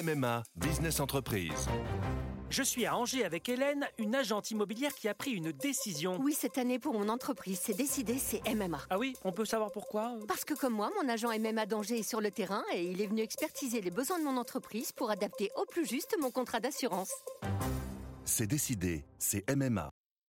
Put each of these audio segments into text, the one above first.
MMA Business Entreprise. Je suis à Angers avec Hélène, une agente immobilière qui a pris une décision. Oui, cette année pour mon entreprise, c'est décidé, c'est MMA. Ah oui, on peut savoir pourquoi? Parce que comme moi, mon agent MMA d'Angers est sur le terrain et il est venu expertiser les besoins de mon entreprise pour adapter au plus juste mon contrat d'assurance. C'est décidé, c'est MMA.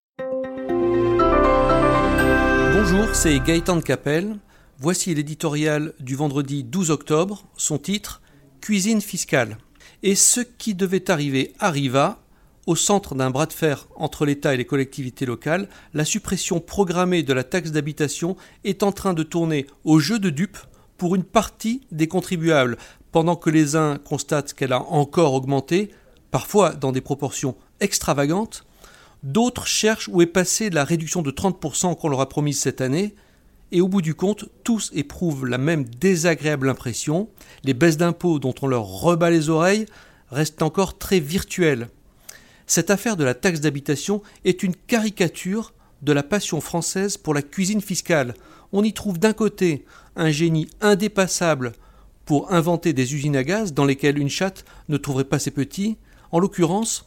Bonjour, c'est Gaëtan de Capelle. Voici l'éditorial du vendredi 12 octobre, son titre « Cuisine fiscale ». Et ce qui devait arriver arriva. Au centre d'un bras de fer entre l'État et les collectivités locales, la suppression programmée de la taxe d'habitation est en train de tourner au jeu de dupes pour une partie des contribuables, pendant que les uns constatent qu'elle a encore augmenté, parfois dans des proportions extravagantes. D'autres cherchent où est passée la réduction de 30% qu'on leur a promise cette année. Et au bout du compte, tous éprouvent la même désagréable impression. Les baisses d'impôts dont on leur rebat les oreilles restent encore très virtuelles. Cette affaire de la taxe d'habitation est une caricature de la passion française pour la cuisine fiscale. On y trouve d'un côté un génie indépassable pour inventer des usines à gaz dans lesquelles une chatte ne trouverait pas ses petits. En l'occurrence,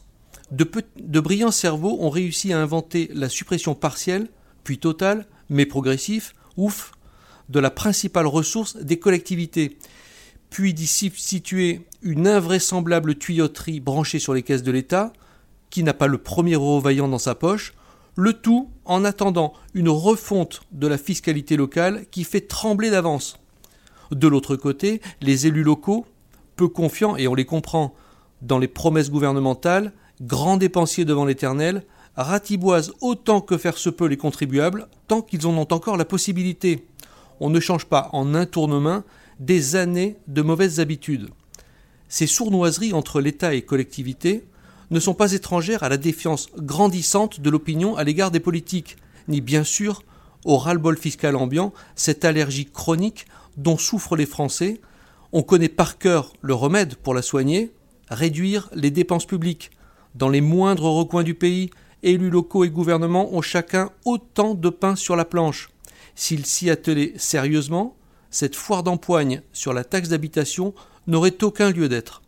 de brillants cerveaux ont réussi à inventer la suppression partielle, puis totale, mais progressive, de la principale ressource des collectivités, puis d'y situer une invraisemblable tuyauterie branchée sur les caisses de l'État, qui n'a pas le premier euro vaillant dans sa poche, le tout en attendant une refonte de la fiscalité locale qui fait trembler d'avance. De l'autre côté, les élus locaux, peu confiants, et on les comprend, dans les promesses gouvernementales, grands dépensiers devant l'Éternel, ratiboisent autant que faire se peut les contribuables, tant qu'ils en ont encore la possibilité. On ne change pas en un tournement des années de mauvaises habitudes. Ces sournoiseries entre l'État et collectivités ne sont pas étrangères à la défiance grandissante de l'opinion à l'égard des politiques, ni bien sûr au ras-le-bol fiscal ambiant, cette allergie chronique dont souffrent les Français. On connaît par cœur le remède pour la soigner, réduire les dépenses publiques. Dans les moindres recoins du pays, élus locaux et gouvernements ont chacun autant de pain sur la planche. S'ils s'y attelaient sérieusement, cette foire d'empoigne sur la taxe d'habitation n'aurait aucun lieu d'être.